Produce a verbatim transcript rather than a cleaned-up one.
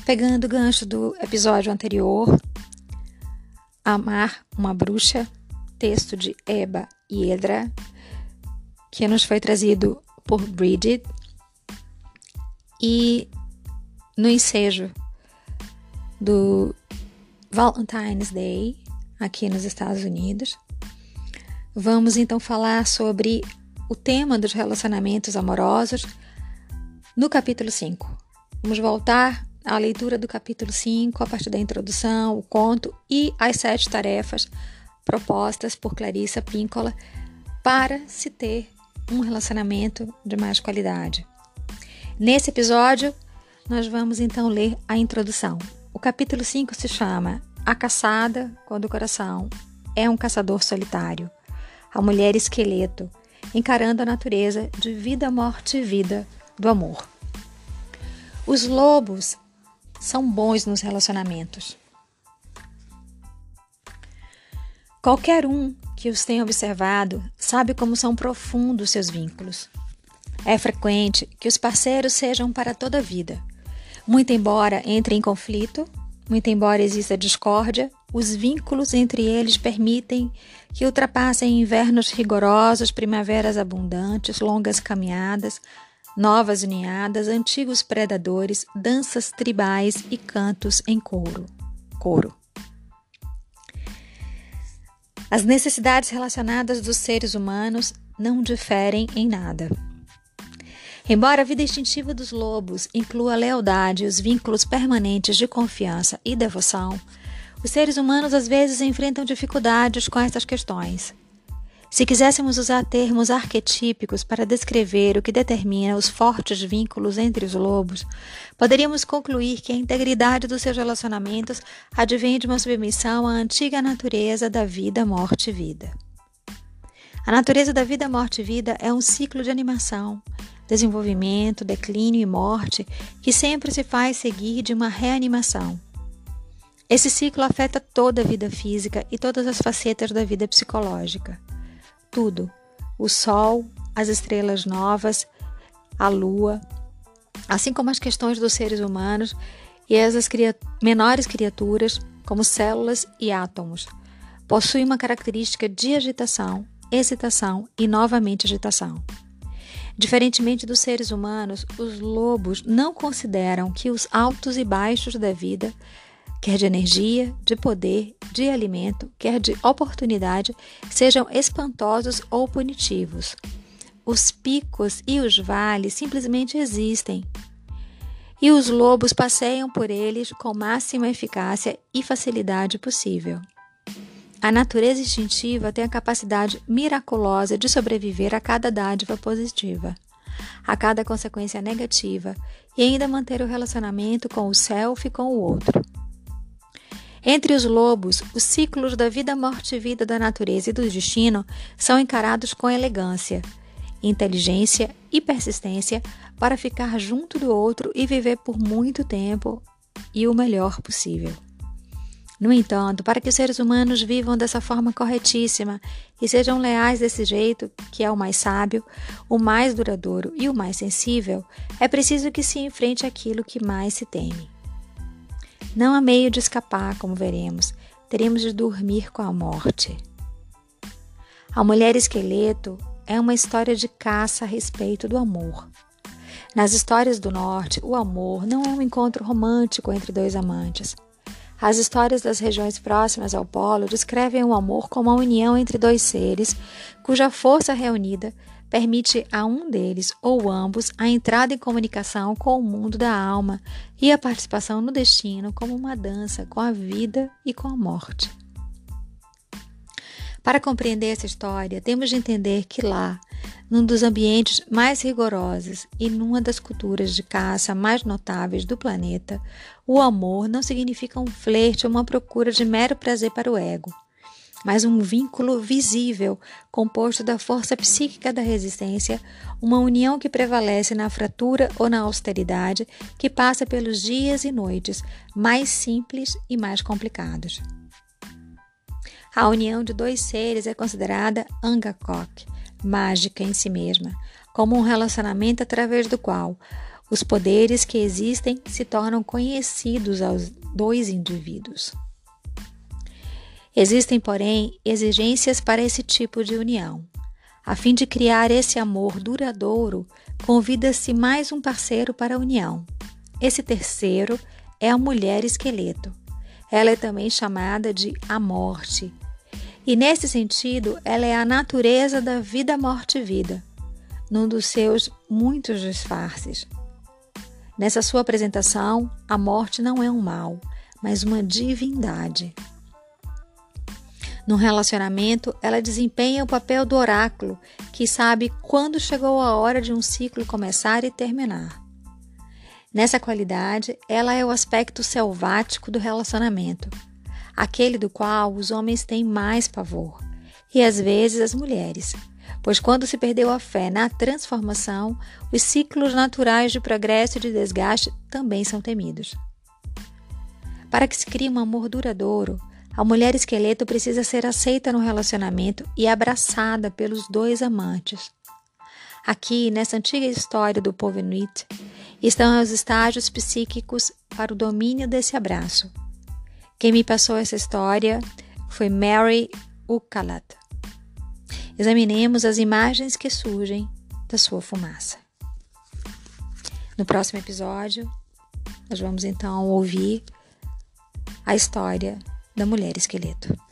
Pegando o gancho do episódio anterior, Amar uma Bruxa, texto de Eba e Edra, que nos foi trazido por Bridget, e no ensejo do Valentine's Day, aqui nos Estados Unidos, vamos então falar sobre o tema dos relacionamentos amorosos no capítulo cinco. Vamos voltar à leitura do capítulo cinco, a partir da introdução, o conto e as sete tarefas propostas por Clarissa Pinkola para se ter um relacionamento de mais qualidade. Nesse episódio, nós vamos então ler a introdução. O capítulo cinco se chama A Caçada quando o coração é um caçador solitário. A mulher esqueleto, encarando a natureza de vida, morte e vida do amor. Os lobos são bons nos relacionamentos. Qualquer um que os tenha observado sabe como são profundos seus vínculos. É frequente que os parceiros sejam para toda a vida. Muito embora entrem em conflito, muito embora exista discórdia, os vínculos entre eles permitem que ultrapassem invernos rigorosos, primaveras abundantes, longas caminhadas, novas ninhadas, antigos predadores, danças tribais e cantos em coro. coro. As necessidades relacionadas dos seres humanos não diferem em nada. Embora a vida instintiva dos lobos inclua a lealdade e os vínculos permanentes de confiança e devoção, os seres humanos às vezes enfrentam dificuldades com essas questões. Se quiséssemos usar termos arquetípicos para descrever o que determina os fortes vínculos entre os lobos, poderíamos concluir que a integridade dos seus relacionamentos advém de uma submissão à antiga natureza da vida, morte e vida. A natureza da vida, morte e vida é um ciclo de animação, desenvolvimento, declínio e morte que sempre se faz seguir de uma reanimação. Esse ciclo afeta toda a vida física e todas as facetas da vida psicológica. Tudo, o sol, as estrelas novas, a lua, assim como as questões dos seres humanos e as, as cria- menores criaturas, como células e átomos, possuem uma característica de agitação, excitação e novamente agitação. Diferentemente dos seres humanos, os lobos não consideram que os altos e baixos da vida, quer de energia, de poder, de alimento, quer de oportunidade, sejam espantosos ou punitivos. Os picos e os vales simplesmente existem. E os lobos passeiam por eles com máxima eficácia e facilidade possível. A natureza instintiva tem a capacidade miraculosa de sobreviver a cada dádiva positiva, a cada consequência negativa e ainda manter o relacionamento com o self e com o outro. Entre os lobos, os ciclos da vida, morte e vida da natureza e do destino são encarados com elegância, inteligência e persistência para ficar junto do outro e viver por muito tempo e o melhor possível. No entanto, para que os seres humanos vivam dessa forma corretíssima e sejam leais desse jeito, que é o mais sábio, o mais duradouro e o mais sensível, é preciso que se enfrente aquilo que mais se teme. Não há meio de escapar, como veremos, teremos de dormir com a morte. A mulher esqueleto é uma história de caça a respeito do amor. Nas histórias do norte, o amor não é um encontro romântico entre dois amantes. As histórias das regiões próximas ao polo descrevem o amor como a união entre dois seres, cuja força reunida permite a um deles ou ambos a entrada em comunicação com o mundo da alma e a participação no destino como uma dança com a vida e com a morte. Para compreender essa história, temos de entender que lá, num dos ambientes mais rigorosos e numa das culturas de caça mais notáveis do planeta, o amor não significa um flerte ou uma procura de mero prazer para o ego, mas um vínculo visível, composto da força psíquica da resistência, uma união que prevalece na fratura ou na austeridade, que passa pelos dias e noites mais simples e mais complicados. A união de dois seres é considerada angakok, mágica em si mesma, como um relacionamento através do qual Os poderes que existem se tornam conhecidos aos dois indivíduos. Existem, porém, exigências para esse tipo de união. A fim de criar esse amor duradouro, convida-se mais um parceiro para a união. Esse terceiro é a mulher esqueleto. Ela é também chamada de a morte. E, nesse sentido, ela é a natureza da vida, morte e vida, num dos seus muitos disfarces. Nessa sua apresentação, a morte não é um mal, mas uma divindade. No relacionamento, ela desempenha o papel do oráculo, que sabe quando chegou a hora de um ciclo começar e terminar. Nessa qualidade, ela é o aspecto selvático do relacionamento, aquele do qual os homens têm mais pavor, e às vezes as mulheres, pois quando se perdeu a fé na transformação, os ciclos naturais de progresso e de desgaste também são temidos. Para que se crie um amor duradouro, a mulher esqueleto precisa ser aceita no relacionamento e abraçada pelos dois amantes. Aqui, nessa antiga história do povo Inuit, estão os estágios psíquicos para o domínio desse abraço. Quem me passou essa história foi Mary Ukalat. Examinemos as imagens que surgem da sua fumaça. No próximo episódio, nós vamos então ouvir a história da mulher esqueleto.